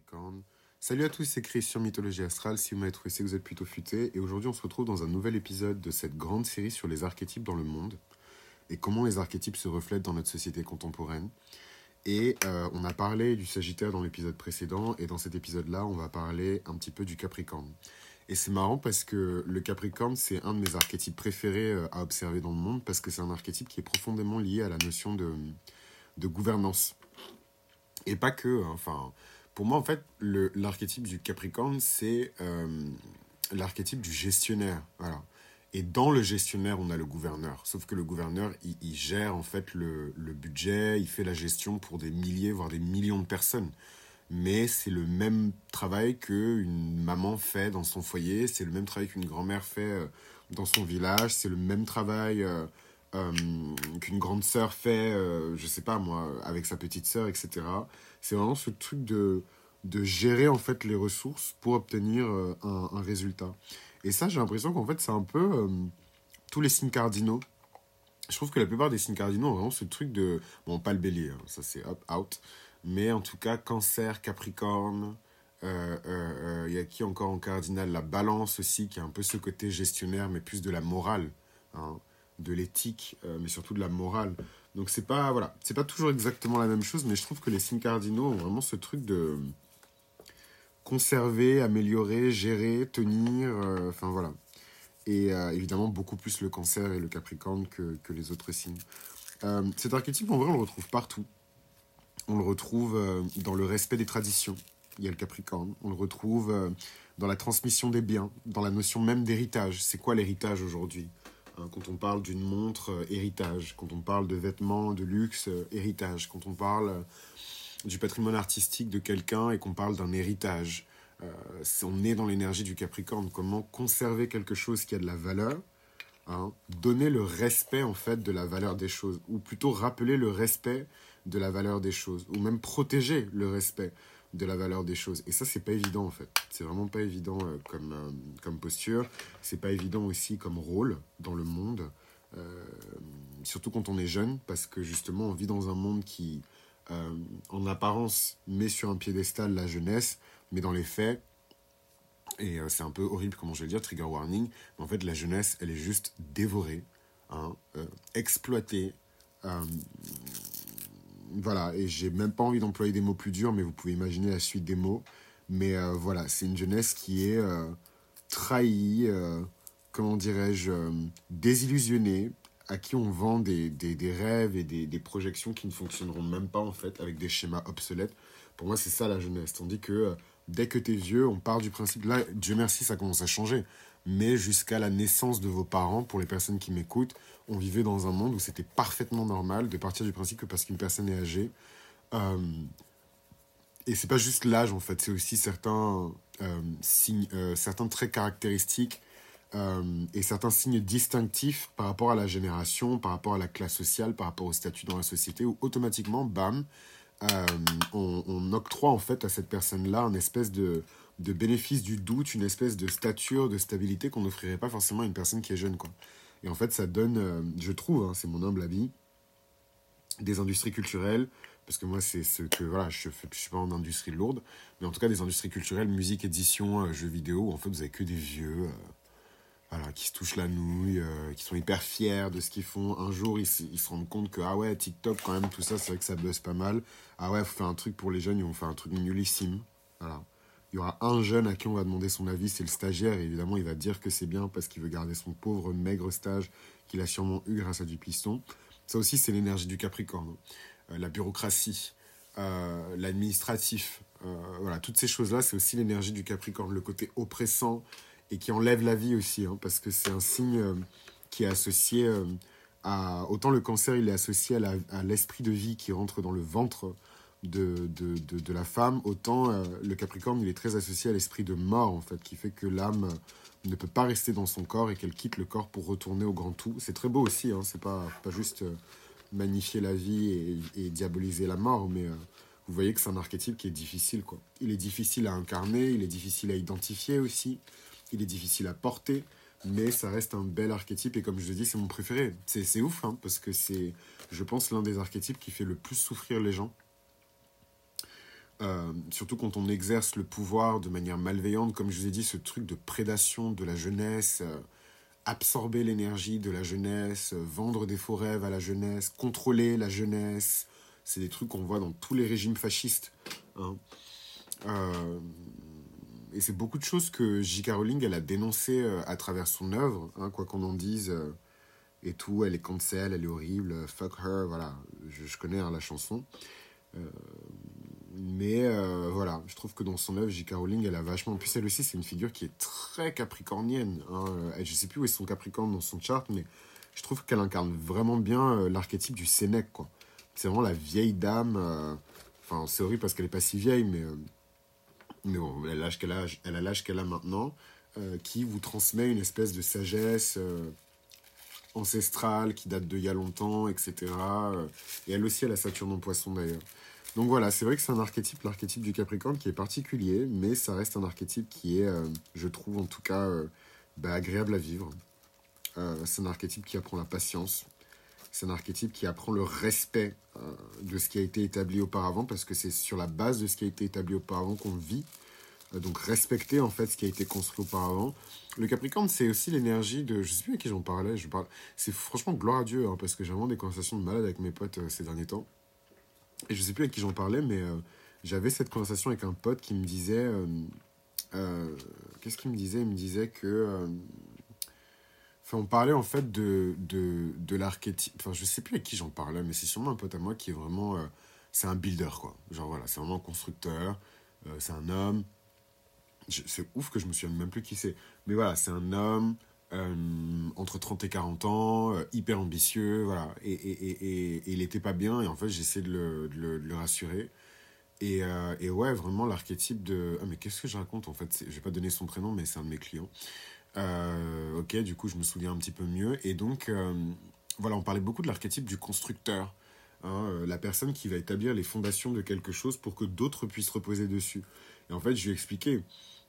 Capricorne. Salut à tous, c'est Chris sur Mythologie Astrale. Si vous m'avez trouvé, c'est que vous êtes plutôt futé. Et aujourd'hui, on se retrouve dans un nouvel épisode de cette grande série sur les archétypes dans le monde et comment les archétypes se reflètent dans notre société contemporaine. Et on a parlé du Sagittaire dans l'épisode précédent, et dans cet épisode-là, on va parler un petit peu du Capricorne. Et c'est marrant parce que le Capricorne, c'est un de mes archétypes préférés à observer dans le monde, parce que c'est un archétype qui est profondément lié à la notion de gouvernance. Et pas que, hein, enfin, pour moi, en fait, l'archétype du Capricorne, c'est l'archétype du gestionnaire, voilà. Et dans le gestionnaire, on a le gouverneur. Sauf que le gouverneur, il gère en fait le budget, il fait la gestion pour des milliers, voire des millions de personnes. Mais c'est le même travail qu'une maman fait dans son foyer, c'est le même travail qu'une grand-mère fait dans son village, c'est le même travail euh, qu'une grande sœur fait, je sais pas moi, avec sa petite sœur, etc. C'est vraiment ce truc de gérer en fait les ressources pour obtenir un résultat. Et ça, j'ai l'impression qu'en fait, c'est un peu tous les signes cardinaux. Je trouve que la plupart des signes cardinaux ont vraiment ce truc de... Bon, pas le bélier, hein, ça c'est out. Mais en tout cas, Cancer, Capricorne, il y a qui encore en cardinal? La Balance aussi, qui a un peu ce côté gestionnaire, mais plus de la morale, hein, de l'éthique, mais surtout de la morale. Donc c'est pas, voilà, c'est pas toujours exactement la même chose, mais je trouve que les signes cardinaux ont vraiment ce truc de conserver, améliorer, gérer, tenir, enfin voilà. Et évidemment, beaucoup plus le Cancer et le Capricorne que les autres signes. Cet archétype, en vrai, on le retrouve partout. On le retrouve dans le respect des traditions. Il y a le Capricorne. On le retrouve dans la transmission des biens, dans la notion même d'héritage. C'est quoi l'héritage aujourd'hui? Quand on parle d'une montre, héritage. Quand on parle de vêtements, de luxe, héritage. Quand on parle du patrimoine artistique de quelqu'un et qu'on parle d'un héritage. On est dans l'énergie du Capricorne. Comment conserver quelque chose qui a de la valeur, hein, donner le respect en fait de la valeur des choses, ou plutôt rappeler le respect de la valeur des choses, ou même protéger le respect de la valeur des choses. Et ça, c'est pas évident en fait. C'est vraiment pas évident comme posture. C'est pas évident aussi comme rôle dans le monde. Surtout quand on est jeune, parce que justement, on vit dans un monde qui, en apparence, met sur un piédestal la jeunesse, mais dans les faits, et c'est un peu horrible comment je vais le dire, trigger warning, mais en fait la jeunesse, elle est juste dévorée, hein, exploitée. Euh, voilà, et j'ai même pas envie d'employer des mots plus durs, mais vous pouvez imaginer la suite des mots. Mais voilà, c'est une jeunesse qui est trahie, comment dirais-je, désillusionnée, à qui on vend des rêves et des projections qui ne fonctionneront même pas en fait, avec des schémas obsolètes. Pour moi, c'est ça la jeunesse. Tandis que dès que t'es vieux, on part du principe, là, Dieu merci, ça commence à changer. Mais jusqu'à la naissance de vos parents, pour les personnes qui m'écoutent, on vivait dans un monde où c'était parfaitement normal de partir du principe que parce qu'une personne est âgée, euh, et c'est pas juste l'âge en fait, c'est aussi certains signes, certains traits caractéristiques et certains signes distinctifs par rapport à la génération, par rapport à la classe sociale, par rapport au statut dans la société, où automatiquement, bam, on octroie en fait à cette personne-là un espèce de bénéfice du doute, une espèce de stature, de stabilité qu'on n'offrirait pas forcément à une personne qui est jeune, quoi. Et en fait, ça donne, je trouve, hein, c'est mon humble avis, des industries culturelles, parce que moi, c'est ce que, voilà, je suis pas en industrie lourde, mais en tout cas, des industries culturelles, musique, édition, jeux vidéo, où en fait, vous avez que des vieux, voilà, qui se touchent la nouille, qui sont hyper fiers de ce qu'ils font. Un jour, ils se rendent compte que, ah ouais, TikTok, quand même, tout ça, c'est vrai que ça buzz pas mal. Ah ouais, faut faire un truc pour les jeunes, ils vont faire un truc nullissime. Voilà. Il y aura un jeune à qui on va demander son avis, c'est le stagiaire, et évidemment, il va dire que c'est bien parce qu'il veut garder son pauvre, maigre stage qu'il a sûrement eu grâce à du piston. Ça aussi, c'est l'énergie du Capricorne. La bureaucratie, l'administratif, voilà, toutes ces choses-là, c'est aussi l'énergie du Capricorne, le côté oppressant, et qui enlève la vie aussi, hein, parce que c'est un signe qui est associé à... Autant le Cancer, il est associé à l'esprit de vie qui rentre dans le ventre de la femme, autant le Capricorne, il est très associé à l'esprit de mort, en fait, qui fait que l'âme ne peut pas rester dans son corps et qu'elle quitte le corps pour retourner au grand tout. C'est très beau aussi, hein, c'est pas juste magnifier la vie et diaboliser la mort, mais vous voyez que c'est un archétype qui est difficile, quoi. Il est difficile à incarner, il est difficile à identifier aussi, il est difficile à porter, mais ça reste un bel archétype, et comme je le dis, c'est mon préféré. C'est ouf, hein, parce que c'est, je pense, l'un des archétypes qui fait le plus souffrir les gens. Surtout quand on exerce le pouvoir de manière malveillante, comme je vous ai dit, ce truc de prédation de la jeunesse, absorber l'énergie de la jeunesse, vendre des faux rêves à la jeunesse, contrôler la jeunesse. C'est des trucs qu'on voit dans tous les régimes fascistes. Hein. Euh, et c'est beaucoup de choses que J.K. Rowling, elle a dénoncées à travers son œuvre, hein, quoi qu'on en dise, et tout. Elle est cancel, elle est horrible, fuck her, voilà. Je connais hein, la chanson. Euh, mais voilà, je trouve que dans son œuvre, J.K. Rowling, elle a vachement... En plus, elle aussi, c'est une figure qui est très capricornienne. Hein. Je sais plus où est son Capricorne dans son chart, mais je trouve qu'elle incarne vraiment bien l'archétype du Sénèque, quoi. C'est vraiment la vieille dame. Enfin, c'est horrible parce qu'elle est pas si vieille, mais bon, elle a l'âge qu'elle a, elle a l'âge qu'elle a maintenant, qui vous transmet une espèce de sagesse ancestrale qui date d'il y a longtemps, etc. Et elle aussi, elle a Saturne en Poisson d'ailleurs. Donc voilà, c'est vrai que c'est un archétype, l'archétype du Capricorne, qui est particulier, mais ça reste un archétype qui est, je trouve en tout cas, agréable à vivre. C'est un archétype qui apprend la patience. C'est un archétype qui apprend le respect de ce qui a été établi auparavant, parce que c'est sur la base de ce qui a été établi auparavant qu'on vit. Donc respecter en fait ce qui a été construit auparavant. Le Capricorne, c'est aussi l'énergie de... Je sais plus à qui j'en parlais. C'est franchement gloire à Dieu, hein, parce que j'ai vraiment des conversations de malade avec mes potes ces derniers temps. Et je sais plus à qui j'en parlais, mais j'avais cette conversation avec un pote qui me disait... qu'est-ce qu'il me disait? Il me disait que... Enfin, on parlait en fait de l'archétype. Enfin, je sais plus avec qui j'en parlais, mais c'est sûrement un pote à moi qui est vraiment... c'est un builder, quoi. Genre voilà, c'est vraiment un constructeur. C'est un homme. C'est ouf que je me souviens même plus qui c'est. Mais voilà, c'est un homme entre 30 et 40 ans, hyper ambitieux, voilà. Et il était pas bien, et en fait, j'essaie de le rassurer. Et ouais, vraiment l'archétype de... Ah, mais qu'est-ce que je raconte en fait? Je vais pas donner son prénom, mais c'est un de mes clients. Ok, du coup, je me souviens un petit peu mieux. Et donc, voilà, on parlait beaucoup de l'archétype du constructeur. Hein, la personne qui va établir les fondations de quelque chose pour que d'autres puissent reposer dessus. Et en fait, je lui ai expliqué,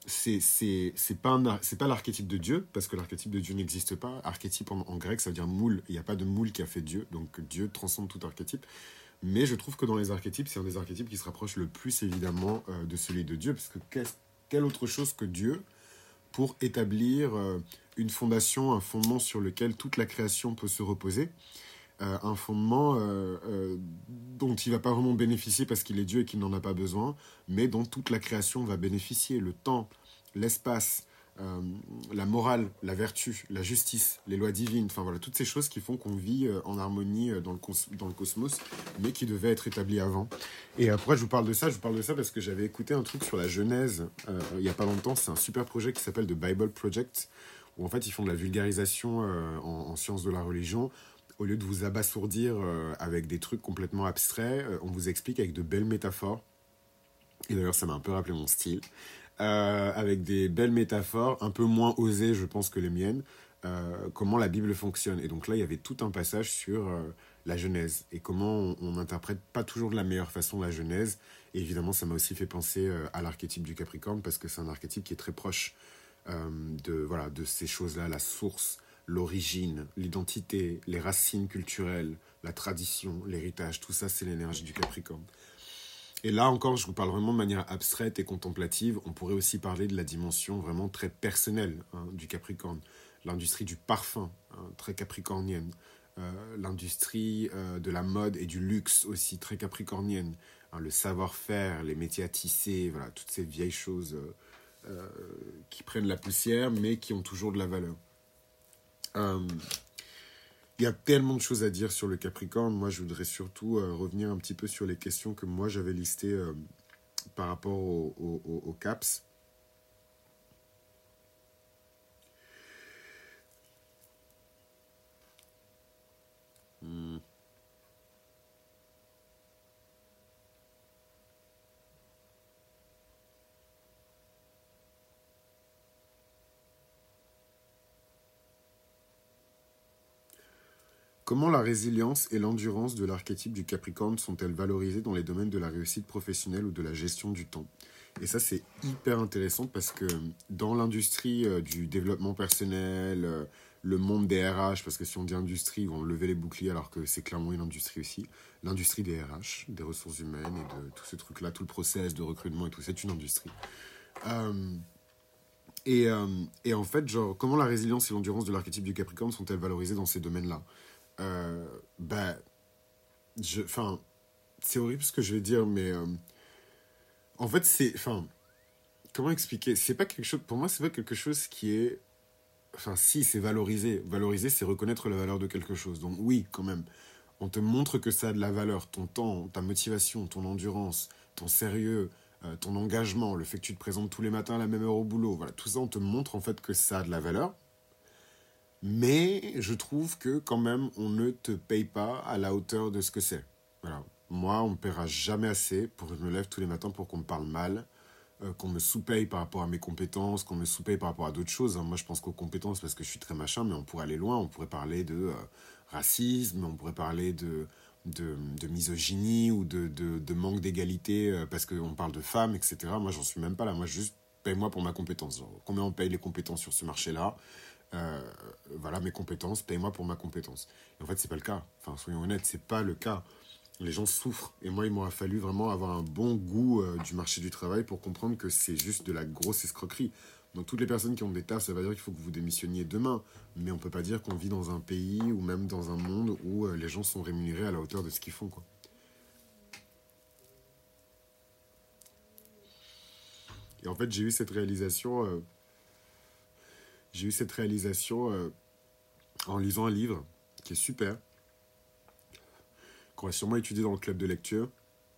c'est pas l'archétype de Dieu, parce que l'archétype de Dieu n'existe pas. Archétype en grec, ça veut dire moule. Il n'y a pas de moule qui a fait Dieu, donc Dieu transcende tout archétype. Mais je trouve que dans les archétypes, c'est un des archétypes qui se rapproche le plus évidemment de celui de Dieu, parce que quelle autre chose que Dieu pour établir une fondation, un fondement sur lequel toute la création peut se reposer, un fondement dont il ne va pas vraiment bénéficier parce qu'il est Dieu et qu'il n'en a pas besoin, mais dont toute la création va bénéficier, le temps, l'espace, la morale, la vertu, la justice, les lois divines, enfin voilà, toutes ces choses qui font qu'on vit en harmonie dans le cosmos, mais qui devaient être établies avant. Et pourquoi je vous parle de ça? Je vous parle de ça parce que j'avais écouté un truc sur la Genèse il n'y a pas longtemps. C'est un super projet qui s'appelle The Bible Project, où en fait ils font de la vulgarisation en sciences de la religion. Au lieu de vous abasourdir avec des trucs complètement abstraits, on vous explique avec de belles métaphores. Et d'ailleurs, ça m'a un peu rappelé mon style. Avec des belles métaphores, un peu moins osées, je pense, que les miennes, comment la Bible fonctionne. Et donc là, il y avait tout un passage sur la Genèse et comment on n'interprète pas toujours de la meilleure façon la Genèse. Et évidemment, ça m'a aussi fait penser à l'archétype du Capricorne parce que c'est un archétype qui est très proche voilà, de ces choses-là, la source, l'origine, l'identité, les racines culturelles, la tradition, l'héritage, tout ça, c'est l'énergie du Capricorne. Et là encore, je vous parle vraiment de manière abstraite et contemplative. On pourrait aussi parler de la dimension vraiment très personnelle hein, du Capricorne. L'industrie du parfum, hein, très capricornienne. L'industrie de la mode et du luxe aussi, très capricornienne. Hein, le savoir-faire, les métiers à tisser, voilà, toutes ces vieilles choses qui prennent la poussière, mais qui ont toujours de la valeur. Il y a tellement de choses à dire sur le Capricorne. Moi, je voudrais surtout revenir un petit peu sur les questions que moi, j'avais listées par rapport au CAPS. Hmm. Comment la résilience et l'endurance de l'archétype du Capricorne sont-elles valorisées dans les domaines de la réussite professionnelle ou de la gestion du temps? Et ça, c'est hyper intéressant parce que dans l'industrie du développement personnel, le monde des RH, parce que si on dit industrie, ils vont lever les boucliers alors que c'est clairement une industrie aussi. L'industrie des RH, des ressources humaines et de tout ce truc-là, tout le process de recrutement et tout, c'est une industrie. Euh, et en fait, genre, comment la résilience et l'endurance de l'archétype du Capricorne sont-elles valorisées dans ces domaines-là? Bah, enfin, c'est horrible ce que je vais dire, mais en fait, comment expliquer? C'est pas quelque chose, pour moi, c'est pas quelque chose qui est, enfin, si, c'est valorisé. Valoriser, c'est reconnaître la valeur de quelque chose. Donc oui, quand même, on te montre que ça a de la valeur, ton temps, ta motivation, ton endurance, ton sérieux, ton engagement, le fait que tu te présentes tous les matins à la même heure au boulot, voilà, tout ça, on te montre en fait que ça a de la valeur. Mais je trouve que quand même, on ne te paye pas à la hauteur de ce que c'est. Voilà. Moi, on ne me paiera jamais assez pour que je me lève tous les matins pour qu'on me parle mal, qu'on me sous-paye par rapport à mes compétences, qu'on me sous-paye par rapport à d'autres choses. Hein. Moi, je pense qu'aux compétences parce que je suis très machin, mais on pourrait aller loin. On pourrait parler de racisme, on pourrait parler de misogynie ou de manque d'égalité parce qu'on parle de femmes, etc. Moi, j'en suis même pas là. Moi, juste paye-moi pour ma compétence. Genre, combien on paye les compétences sur ce marché-là? euh, voilà mes compétences, paye-moi pour ma compétence. Et en fait, c'est pas le cas. Enfin, soyons honnêtes, c'est pas le cas. Les gens souffrent. Et moi, il m'aura fallu vraiment avoir un bon goût du marché du travail pour comprendre que c'est juste de la grosse escroquerie. Donc, toutes les personnes qui ont des tafs, ça va dire qu'il faut que vous démissionniez demain. Mais on peut pas dire qu'on vit dans un pays ou même dans un monde où les gens sont rémunérés à la hauteur de ce qu'ils font, quoi. Et en fait, j'ai eu cette réalisation en lisant un livre qui est super, qu'on va sûrement étudier dans le club de lecture.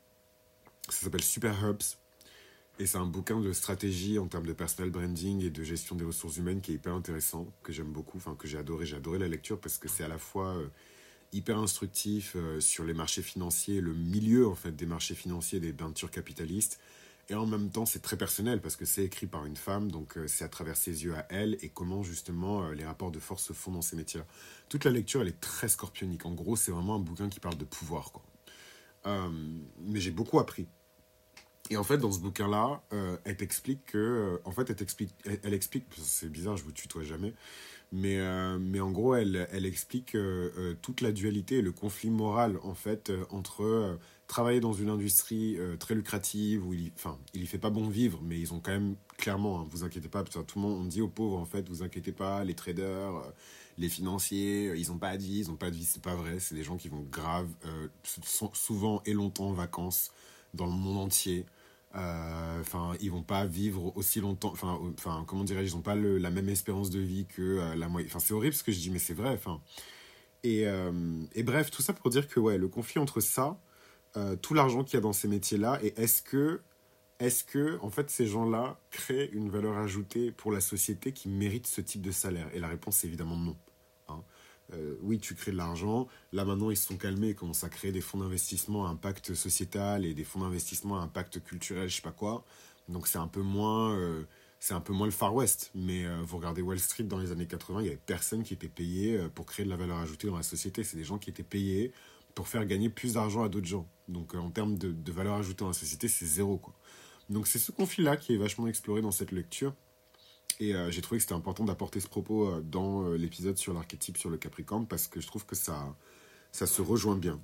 Ça s'appelle Super Hubs. Et c'est un bouquin de stratégie en termes de personal branding et de gestion des ressources humaines qui est hyper intéressant, que j'aime beaucoup, enfin que j'ai adoré. J'ai adoré la lecture parce que c'est à la fois hyper instructif sur les marchés financiers, le milieu en fait des marchés financiers des peintures capitalistes. Et en même temps, c'est très personnel parce que c'est écrit par une femme, donc c'est à travers ses yeux à elle et comment justement les rapports de force se font dans ces métiers-là. Toute la lecture, elle est très scorpionique. En gros, c'est vraiment un bouquin qui parle de pouvoir, quoi. Euh, mais j'ai beaucoup appris. Et en fait, dans ce bouquin-là, elle t'explique que. En fait, elle explique. C'est bizarre, je vous tutoie jamais. Mais en gros, elle explique toute la dualité et le conflit moral, en fait, entre travailler dans une industrie très lucrative où il y fait pas bon vivre, mais ils ont quand même, clairement, hein, vous inquiétez pas, parce que tout le monde, on dit aux pauvres, en fait, vous inquiétez pas, les traders, les financiers, ils ont pas de vie, c'est pas vrai, c'est des gens qui vont grave, souvent et longtemps en vacances dans le monde entier. Enfin, ils vont pas vivre aussi longtemps. Comment dirais-je, ils ont pas la même espérance de vie que la moyenne. Enfin, c'est horrible ce que je dis, mais c'est vrai. Enfin, et bref, tout ça pour dire que ouais, le conflit entre ça, tout l'argent qu'il y a dans ces métiers-là, et est-ce que, en fait, ces gens-là créent une valeur ajoutée pour la société qui mérite ce type de salaire? Et la réponse est évidemment non. Hein. Oui, tu crées de l'argent. Là, maintenant, ils se sont calmés. Ils commencent à créer des fonds d'investissement à impact sociétal et des fonds d'investissement à impact culturel, je sais pas quoi. Donc, c'est un peu moins le Far West. Mais vous regardez Wall Street dans les années 80, il y avait personne qui était payé pour créer de la valeur ajoutée dans la société. C'est des gens qui étaient payés pour faire gagner plus d'argent à d'autres gens. Donc, en termes de valeur ajoutée dans la société, c'est zéro, quoi. Donc, c'est ce conflit-là qui est vachement exploré dans cette lecture. Et j'ai trouvé que c'était important d'apporter ce propos dans l'épisode sur l'archétype sur le Capricorne parce que je trouve que ça se rejoint bien.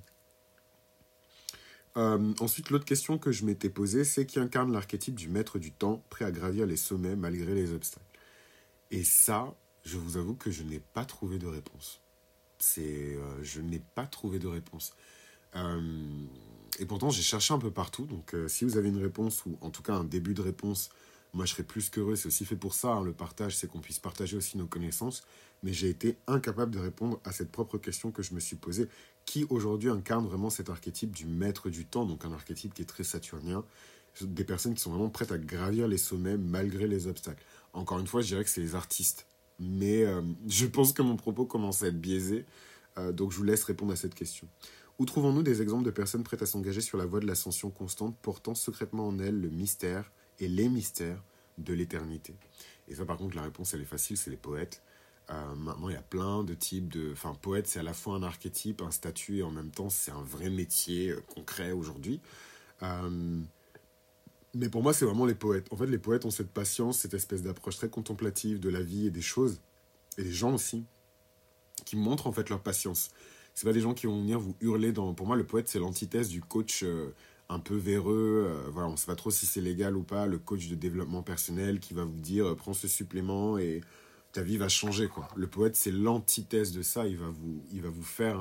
Ensuite, l'autre question que je m'étais posée, c'est qui incarne l'archétype du maître du temps, prêt à gravir les sommets malgré les obstacles. Et ça, je vous avoue que je n'ai pas trouvé de réponse. Je n'ai pas trouvé de réponse. Euh, et pourtant, j'ai cherché un peu partout. Donc, si vous avez une réponse, ou en tout cas un début de réponse, moi, je serais plus qu'heureux. C'est aussi fait pour ça, hein, le partage, c'est qu'on puisse partager aussi nos connaissances. Mais j'ai été incapable de répondre à cette propre question que je me suis posée. Qui, aujourd'hui, incarne vraiment cet archétype du maître du temps, donc un archétype qui est très saturnien, des personnes qui sont vraiment prêtes à gravir les sommets malgré les obstacles. Encore une fois, je dirais que c'est les artistes. Mais je pense que mon propos commence à être biaisé. Donc, je vous laisse répondre à cette question. Où trouvons-nous des exemples de personnes prêtes à s'engager sur la voie de l'ascension constante, portant secrètement en elles le mystère et les mystères de l'éternité? Et ça, par contre, la réponse, elle est facile, c'est les poètes. Maintenant, il y a plein de types de... Enfin, poète, c'est à la fois un archétype, un statut, et en même temps, c'est un vrai métier concret aujourd'hui. Euh, Mais pour moi, c'est vraiment les poètes. En fait, les poètes ont cette patience, cette espèce d'approche très contemplative de la vie et des choses, et des gens aussi, qui montrent en fait leur patience. C'est pas des gens qui vont venir vous hurler dans... Pour moi, le poète, c'est l'antithèse du coach un peu véreux. Voilà, on sait pas trop si c'est légal ou pas, le coach de développement personnel qui va vous dire prends ce supplément et ta vie va changer, quoi. Le poète, c'est l'antithèse de ça. Il va vous faire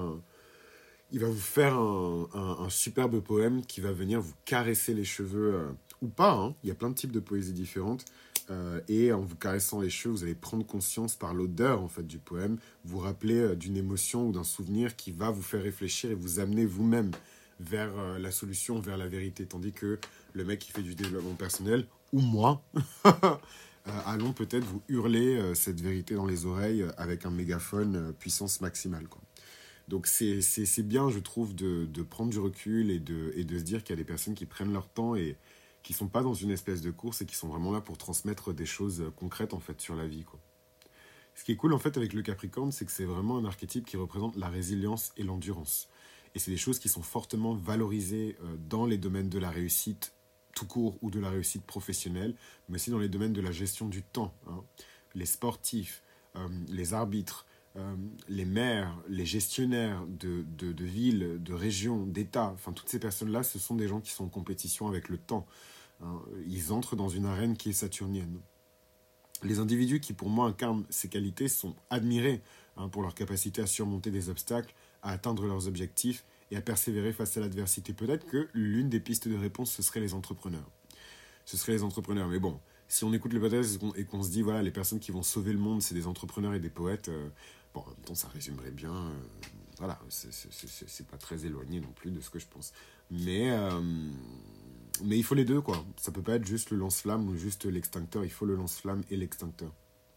un superbe poème qui va venir vous caresser les cheveux, ou pas, hein. Il y a plein de types de poésie différentes. Et en vous caressant les cheveux, vous allez prendre conscience par l'odeur en fait, du poème, vous rappeler d'une émotion ou d'un souvenir qui va vous faire réfléchir et vous amener vous-même vers la solution, vers la vérité. Tandis que le mec qui fait du développement personnel, ou moi, allons peut-être vous hurler cette vérité dans les oreilles avec un mégaphone puissance maximale, quoi. Donc c'est bien, je trouve, de prendre du recul et de se dire qu'il y a des personnes qui prennent leur temps et qui sont pas dans une espèce de course et qui sont vraiment là pour transmettre des choses concrètes en fait sur la vie, quoi. Ce qui est cool en fait avec le Capricorne, c'est que c'est vraiment un archétype qui représente la résilience et l'endurance. Et c'est des choses qui sont fortement valorisées dans les domaines de la réussite tout court ou de la réussite professionnelle, mais aussi dans les domaines de la gestion du temps, hein. Les sportifs, les arbitres, les maires, les gestionnaires de villes, de régions, d'États, enfin toutes ces personnes-là, ce sont des gens qui sont en compétition avec le temps, hein. Ils entrent dans une arène qui est saturnienne. Les individus qui, pour moi, incarnent ces qualités sont admirés, hein, pour leur capacité à surmonter des obstacles, à atteindre leurs objectifs et à persévérer face à l'adversité. Peut-être que l'une des pistes de réponse, ce serait les entrepreneurs. Ce seraient les entrepreneurs. Mais bon, si on écoute le podcast et qu'on se dit, voilà, les personnes qui vont sauver le monde, c'est des entrepreneurs et des poètes, bon, en même temps, ça résumerait bien. Voilà, c'est pas très éloigné non plus de ce que je pense. Mais il faut les deux, quoi. Ça peut pas être juste le lance-flamme ou juste l'extincteur. Il faut le lance-flamme et l'extincteur.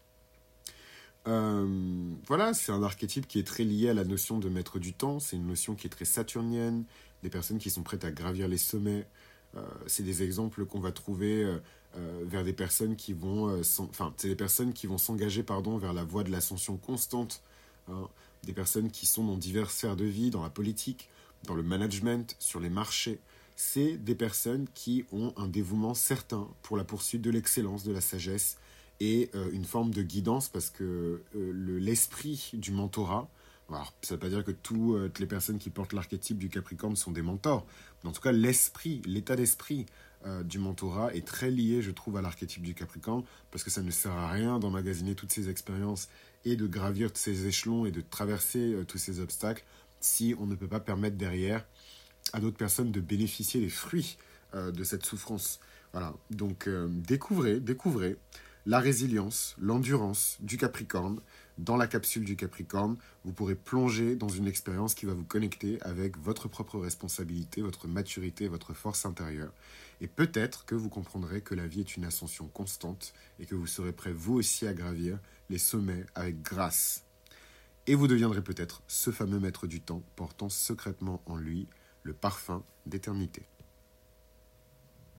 Voilà, c'est un archétype qui est très lié à la notion de maître du temps. C'est une notion qui est très saturnienne. Des personnes qui sont prêtes à gravir les sommets. C'est des exemples qu'on va trouver vers des personnes qui vont... c'est des personnes qui vont s'engager, pardon, vers la voie de l'ascension constante, hein. Des personnes qui sont dans diverses sphères de vie, dans la politique, dans le management, sur les marchés. C'est des personnes qui ont un dévouement certain pour la poursuite de l'excellence, de la sagesse et une forme de guidance parce que l'esprit du mentorat, alors ça ne veut pas dire que toutes les personnes qui portent l'archétype du Capricorne sont des mentors, mais en tout cas l'esprit, l'état d'esprit du mentorat est très lié, je trouve, à l'archétype du Capricorne parce que ça ne sert à rien d'emmagasiner toutes ces expériences et de gravir ces échelons et de traverser tous ces obstacles si on ne peut pas permettre derrière à d'autres personnes de bénéficier des fruits de cette souffrance. Voilà, donc découvrez la résilience, l'endurance du Capricorne. Dans la capsule du Capricorne, vous pourrez plonger dans une expérience qui va vous connecter avec votre propre responsabilité, votre maturité, votre force intérieure. Et peut-être que vous comprendrez que la vie est une ascension constante et que vous serez prêt vous aussi à gravir les sommets avec grâce. Et vous deviendrez peut-être ce fameux maître du temps portant secrètement en lui le parfum d'éternité.